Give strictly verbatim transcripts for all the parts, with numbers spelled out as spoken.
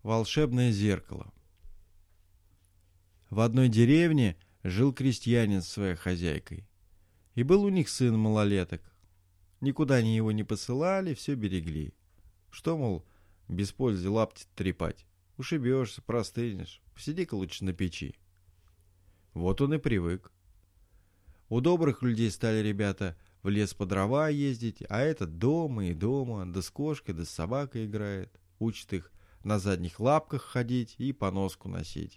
Волшебное зеркало. В одной деревне жил крестьянин со своей хозяйкой. И был у них сын малолеток. Никуда они его не посылали, все берегли. Что, мол, без пользы лапти трепать? Ушибешься, простынешь. Посиди-ка лучше на печи. Вот он и привык. У добрых людей стали ребята в лес по дрова ездить, а этот дома и дома, да с кошкой, да с собакой играет. Учит их на задних лапках ходить и поноску носить.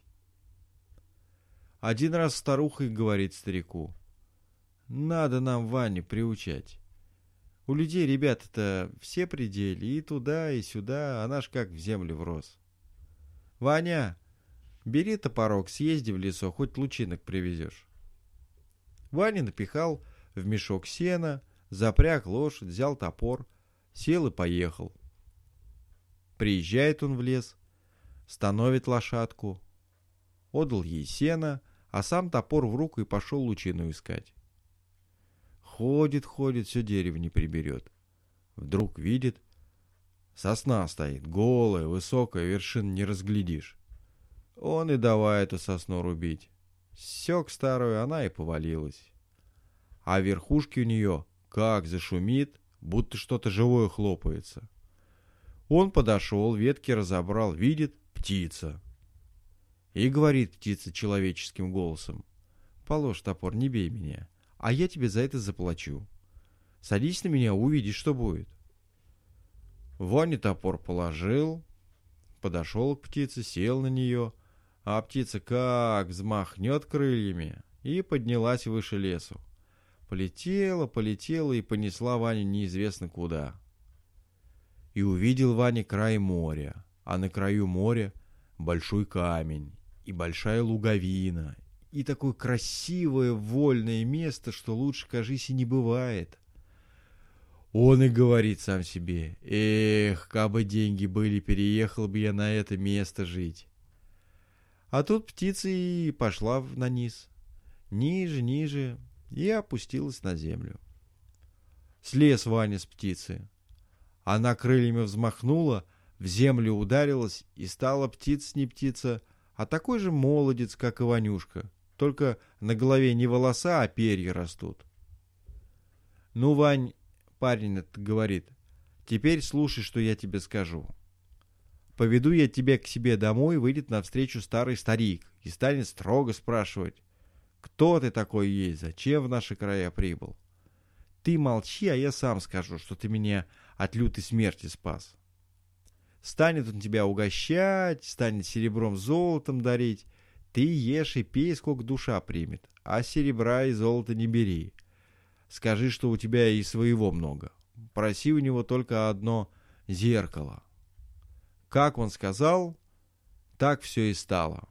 Один раз старуха и говорит старику: «Надо нам Ваню приучать. У людей ребята-то все при деле, и туда, и сюда, а наш как в землю врос. Ваня, бери топорок, съезди в лесо, хоть лучинок привезешь». Ваня напихал в мешок сена, запряг лошадь, взял топор, сел и поехал. Приезжает он в лес, становит лошадку, отдал ей сено, а сам топор в руку и пошел лучину искать. Ходит, ходит, все дерево не приберет. Вдруг видит, сосна стоит, голая, высокая, вершин не разглядишь. Он и давай эту сосну рубить. Сёк старую, она и повалилась. А верхушки у нее как зашумит, будто что-то живое хлопается. Он подошел, ветки разобрал, видит — птица. И говорит птица человеческим голосом: «Положь топор, не бей меня, а я тебе за это заплачу. Садись на меня, увидишь, что будет». Ваня топор положил, подошел к птице, сел на нее, а птица как взмахнет крыльями и поднялась выше лесу. Полетела, полетела и понесла Ваню неизвестно куда. И увидел Ваня край моря, а на краю моря большой камень и большая луговина, и такое красивое вольное место, что лучше, кажись, и не бывает. Он и говорит сам себе: «Эх, кабы деньги были, переехал бы я на это место жить». А тут птица и пошла на низ, ниже, ниже, и опустилась на землю. Слез Ваня с птицы. Она крыльями взмахнула, в землю ударилась, и стала птица не птица, а такой же молодец, как и Ванюшка, только на голове не волоса, а перья растут. «Ну, Вань, парень этот говорит, теперь слушай, что я тебе скажу. Поведу я тебя к себе домой, выйдет навстречу старый старик и станет строго спрашивать: кто ты такой есть, зачем в наши края прибыл? Ты молчи, а я сам скажу, что ты меня от лютой смерти спас. Станет он тебя угощать, станет серебром золотом дарить. Ты ешь и пей, сколько душа примет, а серебра и золота не бери. Скажи, что у тебя и своего много. Проси у него только одно зеркало». Как он сказал, так все и стало.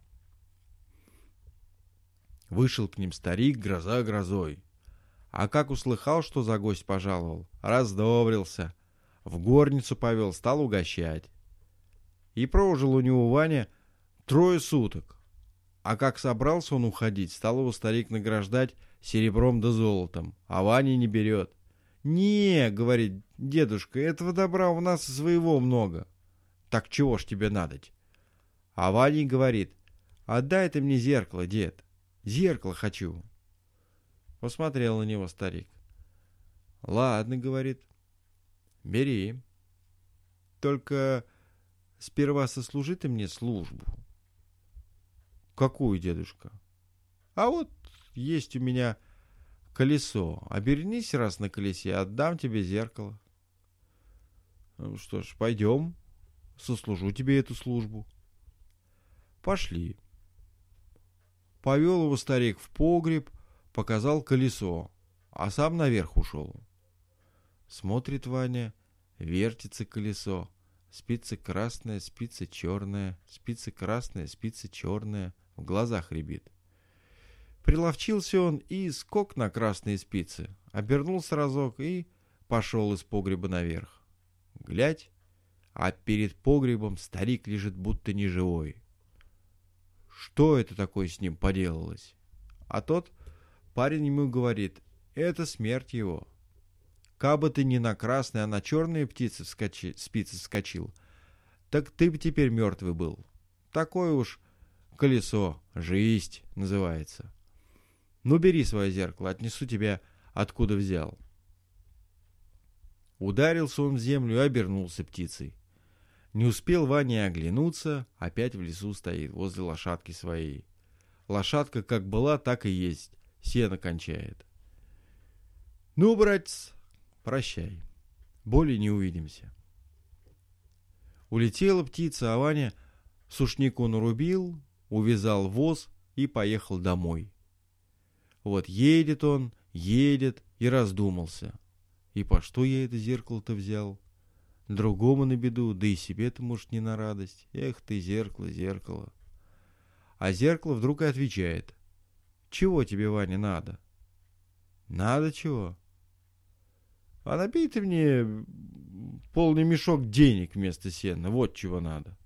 Вышел к ним старик, гроза грозой. А как услыхал, что за гость пожаловал, раздобрился, в горницу повел, стал угощать. И прожил у него Ваня трое суток. А как собрался он уходить, стал его старик награждать серебром да золотом, а Ваня не берет. «Не, — говорит, — дедушка, этого добра у нас и своего много. Так чего ж тебе надоть?» А Ваня говорит: «Отдай ты мне зеркало, дед, зеркало хочу». Посмотрел на него старик. «Ладно, — говорит, — бери. Только сперва сослужи ты мне службу». «Какую, дедушка?» «А вот есть у меня колесо. Обернись раз на колесе, отдам тебе зеркало». «Ну что ж, пойдем, сослужу тебе эту службу». Пошли. Повел его старик в погреб, показал колесо, а сам наверх ушел. Смотрит Ваня, вертится колесо. Спица красная, спица черная, спица красная, спица черная, в глазах рябит. Приловчился он и скок на красные спицы, обернулся разок и пошел из погреба наверх. Глядь, а перед погребом старик лежит будто неживой. Что это такое с ним поделалось? А тот парень ему говорит: это смерть его. Кабы ты не на красные, а на черные птицы вскочи, спицы вскочил, так ты бы теперь мертвый был. Такое уж колесо, жизнь называется. Ну, бери свое зеркало, отнесу тебя, откуда взял. Ударился он в землю и обернулся птицей. Не успел Ваня оглянуться, опять в лесу стоит, возле лошадки своей. Лошадка как была, так и есть, сено кончает. Ну, братец, прощай, более не увидимся. Улетела птица, а Ваня сушнику нарубил, увязал воз и поехал домой. Вот едет он, едет и раздумался. И по что я это зеркало-то взял? Другому на беду, да и себе-то, может, не на радость. Эх ты, зеркало, зеркало. А зеркало вдруг и отвечает. Чего тебе, Ваня, надо? Надо чего? А набей ты мне полный мешок денег вместо сена. Вот чего надо.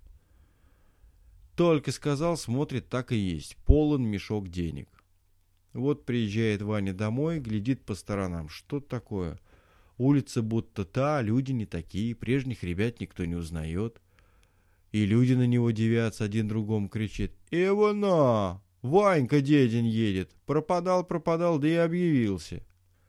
Только сказал, смотрит, так и есть. Полон мешок денег. Вот приезжает Ваня домой, глядит по сторонам. Что такое? Улица будто та, люди не такие, прежних ребят никто не узнает. И люди на него дивятся, один другому кричит. «Эвана! Ванька дедень едет! Пропадал, пропадал, да и объявился!»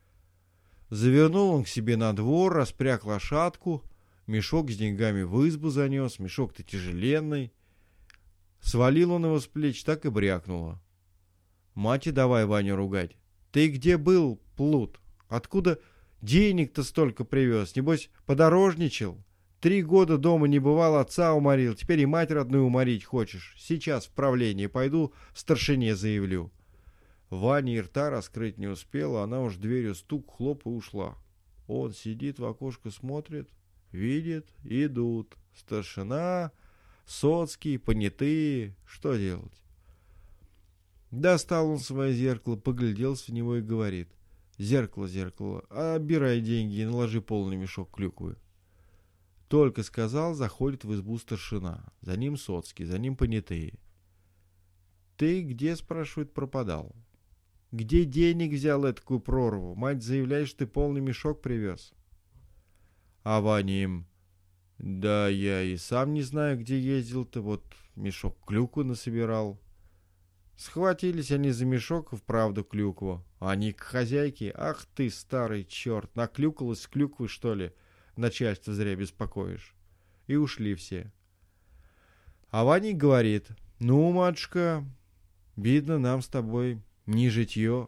Завернул он к себе на двор, распряг лошадку, мешок с деньгами в избу занес, мешок-то тяжеленный. Свалил он его с плеч, так и брякнуло. Мать и давай Ваню ругать. «Ты где был, плут? Откуда денег-то столько привез? Небось, подорожничал? Три года дома не бывал, отца уморил, теперь и мать родную уморить хочешь. Сейчас в правление пойду, старшине заявлю». Ваня и рта раскрыть не успела, она уж дверью стук, хлоп и ушла. Он сидит в окошко, смотрит, видит, идут. Старшина, соцкий, понятые. Что делать? Достал он свое зеркало, погляделся в него и говорит. «Зеркало, зеркало, обирай деньги и наложи полный мешок клюквы». Только сказал, заходит в избу старшина. За ним соцкий, за ним понятые. «Ты где, спрашивает, пропадал? Где денег взял этакую прорву? Мать заявляет, что ты полный мешок привез». А Ваня им: «Да я и сам не знаю, где ездил-то, вот мешок клюквы насобирал». Схватились они за мешок и вправду клюкву. Они к хозяйке: «Ах ты, старый черт, наклюкалась с клюквы, что ли? Начальство зря беспокоишь». И ушли все. А Ваня говорит: «Ну, матушка, видно, нам с тобой не житье».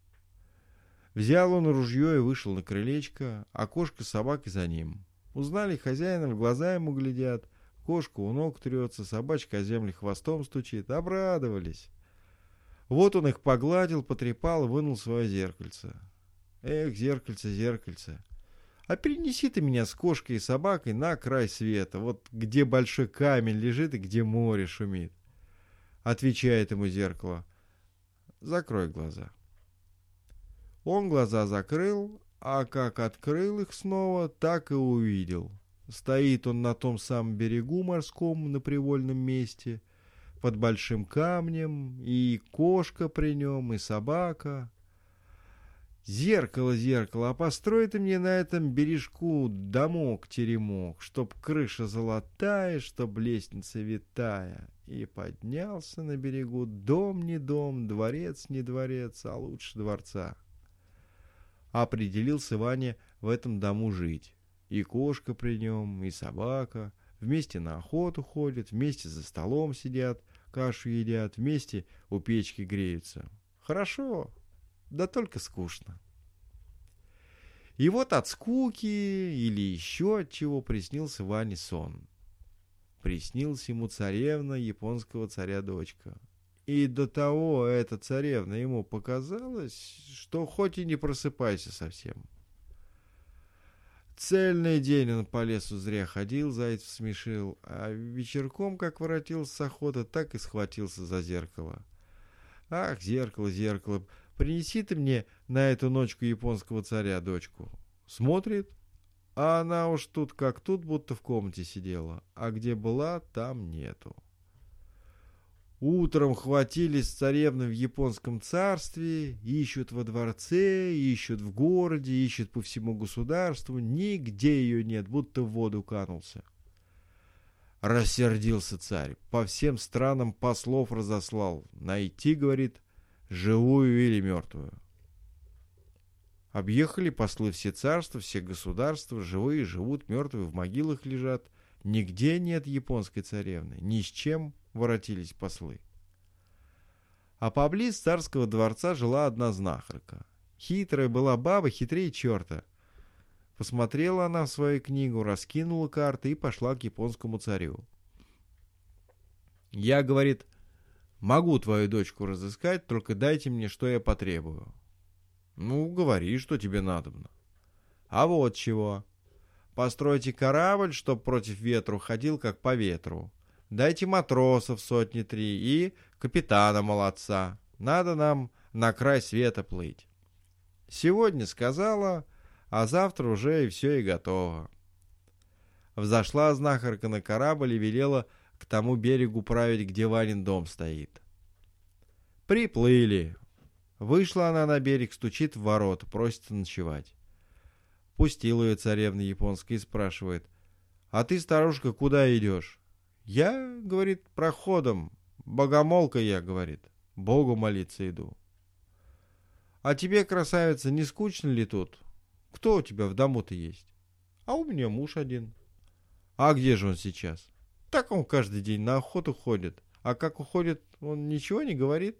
Взял он ружье и вышел на крылечко, а кошка с собакой за ним. Узнали хозяина, в глаза ему глядят. Кошка у ног трется, собачка о землю хвостом стучит. Обрадовались. Вот он их погладил, потрепал, вынул свое зеркальце. «Эх, зеркальце, зеркальце, а перенеси ты меня с кошкой и собакой на край света, вот где большой камень лежит и где море шумит». Отвечает ему зеркало: «Закрой глаза». Он глаза закрыл, а как открыл их снова, так и увидел. Стоит он на том самом берегу морском, на привольном месте, под большим камнем, и кошка при нем, и собака. «Зеркало, зеркало, а построй ты мне на этом бережку домок-теремок, чтоб крыша золотая, чтоб лестница витая». И поднялся на берегу дом не дом, дворец не дворец, а лучше дворца. Определился Ваня в этом дому жить. И кошка при нем, и собака. Вместе на охоту ходят, вместе за столом сидят, кашу едят, вместе у печки греются. Хорошо, да только скучно. И вот от скуки или еще от чего приснился Ване сон. Приснилась ему царевна японского царя дочка. И до того эта царевна ему показалась, что хоть и не просыпайся совсем. Цельный день он по лесу зря ходил, заяц смешил, а вечерком, как воротился с охоты, так и схватился за зеркало. «Ах, зеркало, зеркало, принеси ты мне на эту ночку японского царя дочку». Смотрит, а она уж тут как тут, будто в комнате сидела, а где была, там нету. Утром хватились царевны в японском царстве, ищут во дворце, ищут в городе, ищут по всему государству, нигде ее нет, будто в воду канулся. Рассердился царь, по всем странам послов разослал. Найти, говорит, живую или мертвую. Объехали послы все царства, все государства, живые живут, мертвые в могилах лежат. Нигде нет японской царевны, ни с чем воротились послы. А поблиз царского дворца жила одна знахарка. Хитрая была баба, хитрее черта. Посмотрела она в свою книгу, раскинула карты и пошла к японскому царю. Я, говорит, могу твою дочку разыскать, только дайте мне, что я потребую. Ну, говори, что тебе надобно. А вот чего. Постройте корабль, чтоб против ветру ходил, как по ветру. Дайте матросов сотни три и капитана молодца. Надо нам на край света плыть. Сегодня сказала, а завтра уже и все и готово. Взошла знахарка на корабль и велела к тому берегу править, где Ванин дом стоит. Приплыли. Вышла она на берег, стучит в ворота, просится ночевать. Пустила ее царевна японская и спрашивает: «А ты, старушка, куда идешь?» «Я, — говорит, — проходом. Богомолка я, — говорит, — Богу молиться иду». «А тебе, красавица, не скучно ли тут? Кто у тебя в дому-то есть?» «А у меня муж один». «А где же он сейчас?» «Так он каждый день на охоту ходит. А как уходит, он ничего не говорит?»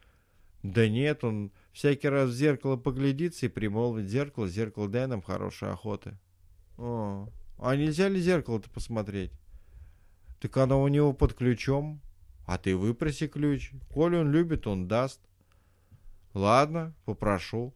«Да нет, он всякий раз в зеркало поглядится и примолвит: зеркало, зеркало, дай нам хорошей охоты». «О, а нельзя ли зеркало-то посмотреть?» «Так оно у него под ключом. А ты выпроси ключ. Коли он любит, он даст». «Ладно, попрошу».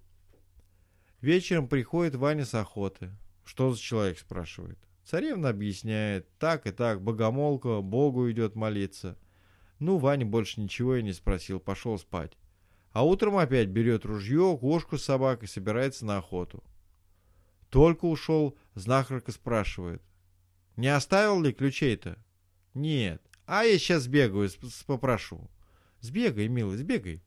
Вечером приходит Ваня с охоты. «Что за человек?» — спрашивает. Царевна объясняет: так и так, богомолка, Богу идет молиться. Ну, Ваня больше ничего и не спросил, пошел спать. А утром опять берет ружье, кошку с собакой, собирается на охоту. Только ушел, знахарка спрашивает: «Не оставил ли ключей-то?» «Нет. А я сейчас сбегаю, попрошу». «Сбегай, милый, сбегай».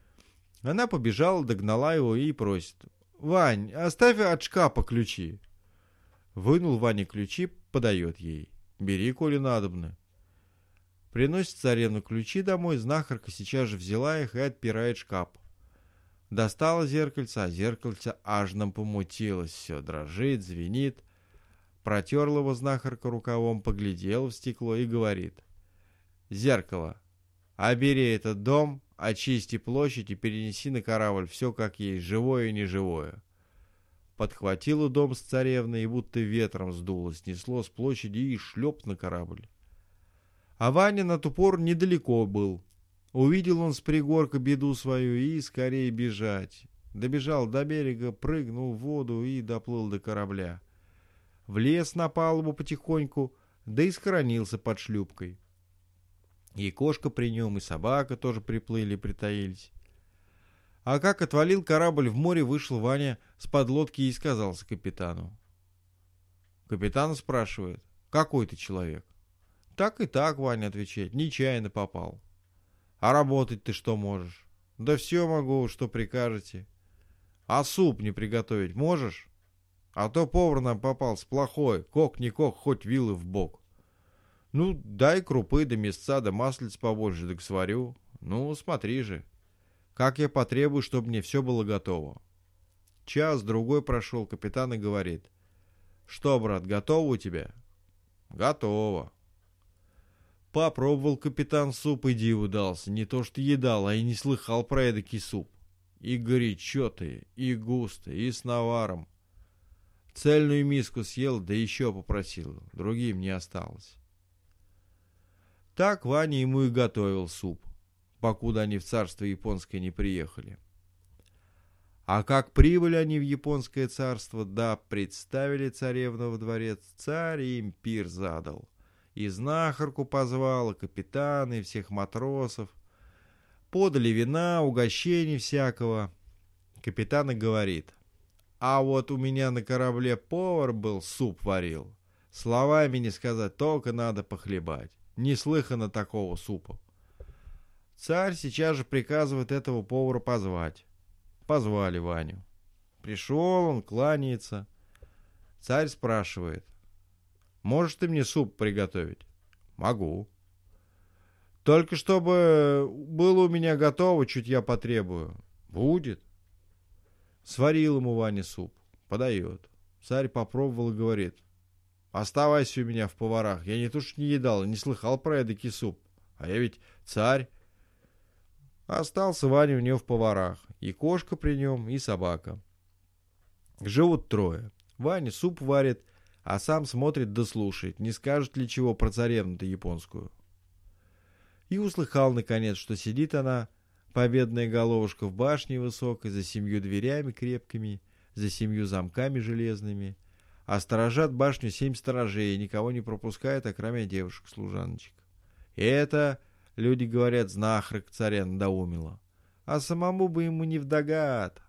Она побежала, догнала его и просит: «Вань, оставь от шкафа ключи». Вынул Ваня ключи, подает ей: «Бери, коли надобно». Приносит царевну ключи домой, знахарка сейчас же взяла их и отпирает шкаф. Достала зеркальце, а зеркальце аж нам помутилось, все дрожит, звенит. Протерла его знахарка рукавом, поглядела в стекло и говорит: «Зеркало, обери этот дом, очисти площадь и перенеси на корабль все как есть, живое и неживое». Подхватила дом с царевной и будто ветром сдуло, снесло с площади и шлеп на корабль. А Ваня на ту пору недалеко был. Увидел он с пригорка беду свою и скорее бежать. Добежал до берега, прыгнул в воду и доплыл до корабля. Влез на палубу потихоньку, да и схоронился под шлюпкой. И кошка при нем, и собака тоже приплыли, притаились. А как отвалил корабль в море, вышел Ваня с подлодки и сказался капитану. Капитан спрашивает: «Какой ты человек?» «Так и так», — Ваня отвечает, — «нечаянно попал». «А работать ты что можешь?» «Да все могу, что прикажете». «А суп не приготовить можешь?» «А то повар нам попался плохой, кок не кок, хоть вилы в бок». «Ну, дай крупы да мясца да маслиц побольше, так сварю». «Ну, смотри же, как я потребую, чтобы мне все было готово». Час-другой прошел, капитан и говорит: «Что, брат, готово у тебя?» «Готово». Попробовал капитан суп и диву дался. Не то что едал, а и не слыхал про эдакий суп. И горячо ты, и густо, и с наваром. Цельную миску съел, да еще попросил. Другим не осталось. Так Ваня ему и готовил суп, покуда они в царство японское не приехали. А как прибыли они в японское царство, да представили царевну во дворец, царь им пир задал. И знахарку позвал, и капитана, и всех матросов. Подали вина, угощений всякого. Капитан и говорит: «А вот у меня на корабле повар был, суп варил. Словами не сказать, только надо похлебать. Неслыханно такого супа». Царь сейчас же приказывает этого повара позвать. Позвали Ваню. Пришел он, кланяется. Царь спрашивает: «Можешь ты мне суп приготовить?» Могу. Только чтобы было у меня готово, чуть я потребую. Будет. Сварил ему Ваня суп. Подает. Царь попробовал и говорит: оставайся у меня в поварах. Я не то что не едал, не слыхал про эдакий суп. А я ведь царь. Остался Ваня у него в поварах. И кошка при нем, и собака. Живут трое. Ваня суп варит, а сам смотрит да слушает, не скажет ли чего про царевну-то японскую. И услыхал, наконец, что сидит она, победная головушка, в башне высокой, за семью дверями крепкими, за семью замками железными, а сторожат башню семь сторожей, и никого не пропускает, окромя девушек-служаночек. И это, люди говорят, знахарка царя надоумила, а самому бы ему не вдогад.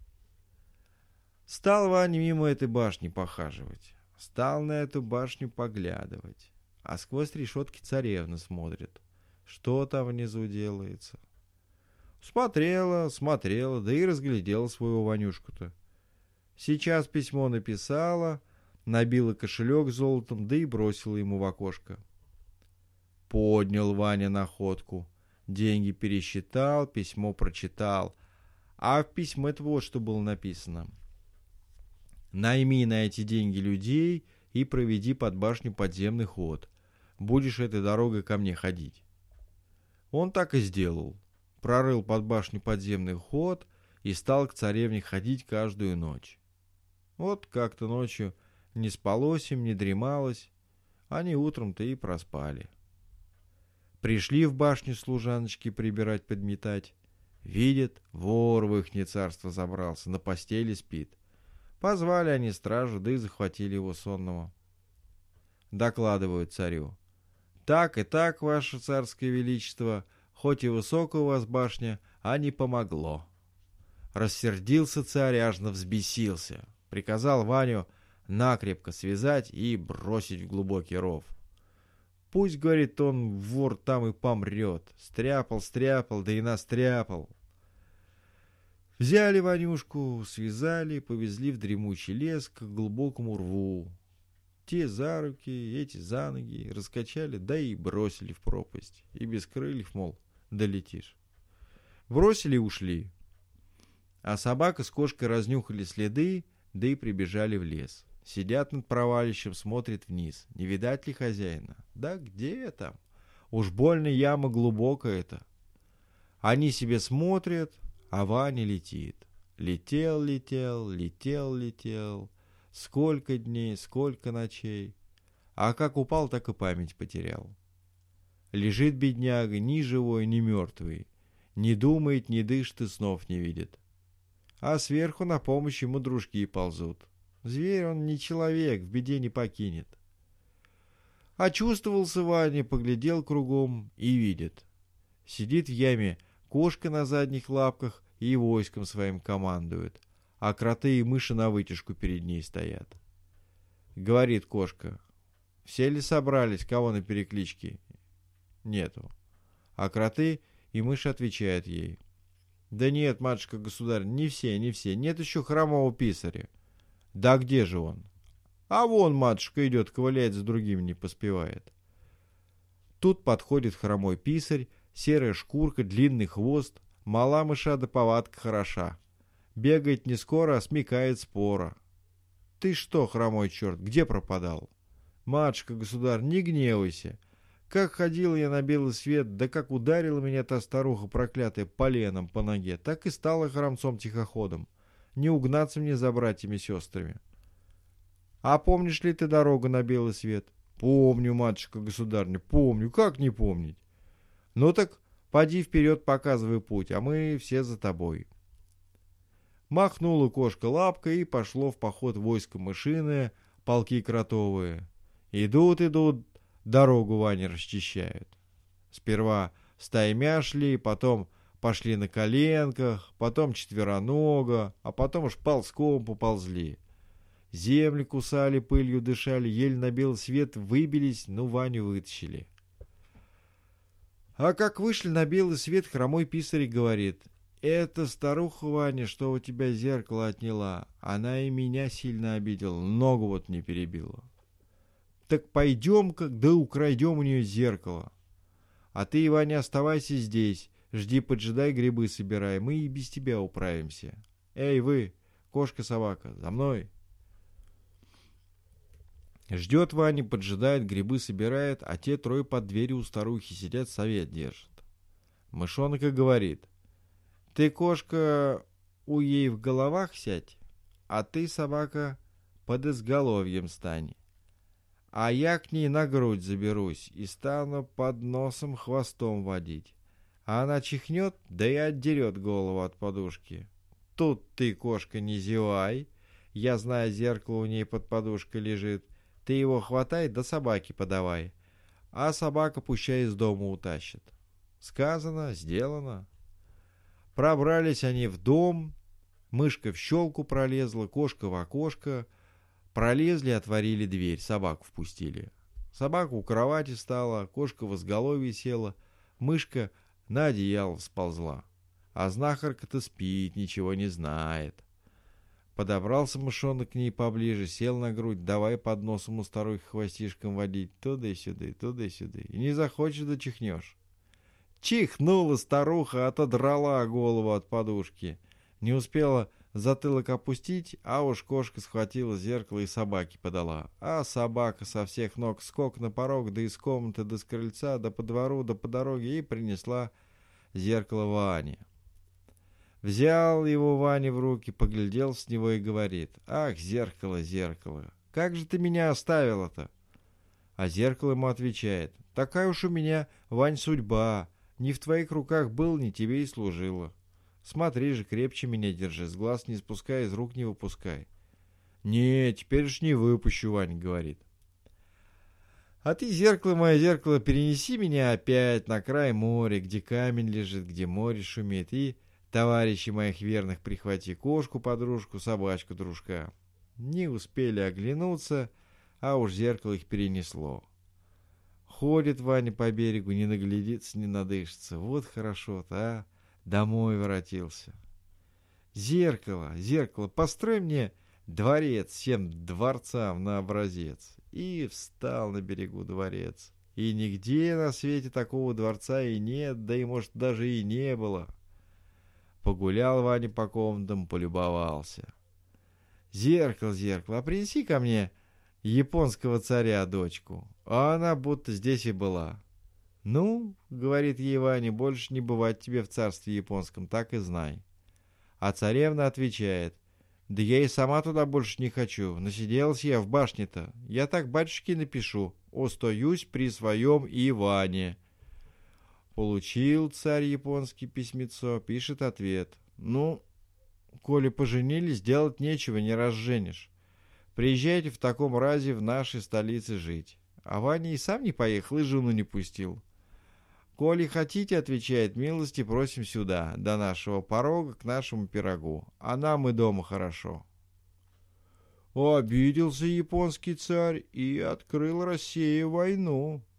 Стал Ваня мимо этой башни похаживать, стал на эту башню поглядывать, а сквозь решетки царевна смотрит, что там внизу делается. Смотрела, смотрела, да и разглядела своего Ванюшку-то. Сейчас письмо написала, набила кошелек золотом, да и бросила ему в окошко. Поднял Ваня находку, деньги пересчитал, письмо прочитал, а в письме-то вот что было написано: найми на эти деньги людей и проведи под башню подземный ход. Будешь этой дорогой ко мне ходить. Он так и сделал. Прорыл под башню подземный ход и стал к царевне ходить каждую ночь. Вот как-то ночью не спалось им, не дремалось, они утром-то и проспали. Пришли в башню служаночки прибирать, подметать. Видят, вор в ихнее царство забрался, на постели спит. Позвали они стражу, да и захватили его сонного. Докладывают царю: так и так, ваше царское величество, хоть и высокая у вас башня, а не помогло. Рассердился царь, аж взбесился. Приказал Ваню накрепко связать и бросить в глубокий ров. Пусть, говорит он, вор там и помрет. Стряпал, стряпал, да и настряпал. Взяли Ванюшку, связали, повезли в дремучий лес к глубокому рву. Те за руки, эти за ноги, раскачали, да и бросили в пропасть. И без крыльев, мол, долетишь. Бросили и ушли. А собака с кошкой разнюхали следы, да и прибежали в лес. Сидят над провалищем, смотрят вниз. Не видать ли хозяина? Да где там? Уж больно яма глубокая-то. Они себе смотрят, а Ваня летит. Летел, летел, летел, летел. Сколько дней, сколько ночей. А как упал, так и память потерял. Лежит бедняга, ни живой, ни мертвый. Не думает, не дышит и снов не видит. А сверху на помощь ему дружки ползут. Зверь он не человек, в беде не покинет. Очувствовался Ваня, поглядел кругом и видит. Сидит в яме кошка на задних лапках и войском своим командует, а кроты и мыши навытяжку перед ней стоят. Говорит кошка: все ли собрались, кого на перекличке? Нету. А кроты и мыши отвечают ей: да нет, матушка-государь, не все, не все, нет еще хромого писаря. Да где же он? А вон матушка идет, ковыляет, за другим не поспевает. Тут подходит хромой писарь, серая шкурка, длинный хвост, мала мыша да повадка хороша. Бегает не скоро, а смекает спора. Ты что, хромой черт, где пропадал? Матушка-государь, не гневайся. Как ходил я на белый свет, да как ударила меня та старуха проклятая поленом по ноге, так и стала хромцом-тихоходом. Не угнаться мне за братьями-сестрами. А помнишь ли ты дорогу на белый свет? Помню, матушка-государня, помню, как не помнить? Ну так поди вперед, показывай путь, а мы все за тобой. Махнула кошка лапкой, и пошло в поход войско мышиное, полки кротовые. Идут, идут, дорогу Ване расчищают. Сперва стаймя шли, потом пошли на коленках, потом четверонога, а потом уж ползком поползли. Земли кусали, пылью дышали, еле на белый свет выбились, ну Ваню вытащили. А как вышли на белый свет, хромой писарь говорит: это старуха, Ваня, что у тебя зеркало отняла, она и меня сильно обидела, ногу вот не перебила. Так пойдем-ка, да украдем у нее зеркало. А ты, Иваня, оставайся здесь. Жди, поджидай, грибы собирай. Мы и без тебя управимся. Эй, вы, кошка-собака, за мной. Ждет Ваня, поджидает, грибы собирает, а те трое под дверью у старухи сидят, совет держат. Мышонок и говорит: ты, кошка, у ей в головах сядь, а ты, собака, под изголовьем стань. А я к ней на грудь заберусь и стану под носом хвостом водить. А она чихнет, да и отдерет голову от подушки. Тут ты, кошка, не зевай. Я знаю, зеркало у ней под подушкой лежит. Ты его хватай, да собаке подавай. А собака пущай из дома утащит. Сказано, сделано. Пробрались они в дом. Мышка в щелку пролезла, кошка в окошко. Пролезли, отворили дверь, собаку впустили. Собака у кровати стала, кошка в изголовье села, мышка на одеяло сползла. А знахарка-то спит, ничего не знает. Подобрался мышонок к ней поближе, сел на грудь, давай под носом у старухи хвостишком водить, туда и сюда, туда и сюда. И не захочешь, да чихнешь. Чихнула старуха, отодрала голову от подушки. Не успела затылок опустить, а уж кошка схватила зеркало и собаке подала. А собака со всех ног скок на порог, да из комнаты, да с крыльца, да по двору, да по дороге, и принесла зеркало Ване. Взял его Ваня в руки, поглядел с него и говорит: ах, зеркало, зеркало, как же ты меня оставила-то? А зеркало ему отвечает: такая уж у меня, Вань, судьба, не в твоих руках был, не тебе и служила. Смотри же, крепче меня держи, с глаз не спускай, из рук не выпускай. Не, теперь уж не выпущу, Ваня говорит. А ты, зеркало мое, зеркало, перенеси меня опять на край моря, где камень лежит, где море шумит, и товарищей моих верных прихвати, кошку, подружку, собачку, дружка. Не успели оглянуться, а уж зеркало их перенесло. Ходит Ваня по берегу, не наглядится, не надышится. Вот хорошо-то, а? Домой воротился. Зеркало, зеркало, построй мне дворец, всем дворцам на образец. И встал на берегу дворец. И нигде на свете такого дворца и нет, да и, может, даже и не было. Погулял Ваня по комнатам, полюбовался. Зеркало, зеркало, а принеси ко мне японского царя дочку. А она будто здесь и была. Ну, говорит ей Ваня, больше не бывать тебе в царстве японском, так и знай. А царевна отвечает: да я и сама туда больше не хочу, насиделась я в башне-то. Я так батюшке напишу: остаюсь при своем Иване. Получил царь японский письмецо, пишет ответ: ну, коли поженились, делать нечего, не разженишь. Приезжайте в таком разе в нашей столице жить. А Ваня и сам не поехал, и жену не пустил. Коли хотите, отвечает, милости просим сюда, до нашего порога, к нашему пирогу, а нам и дома хорошо. Обиделся японский царь и открыл России войну.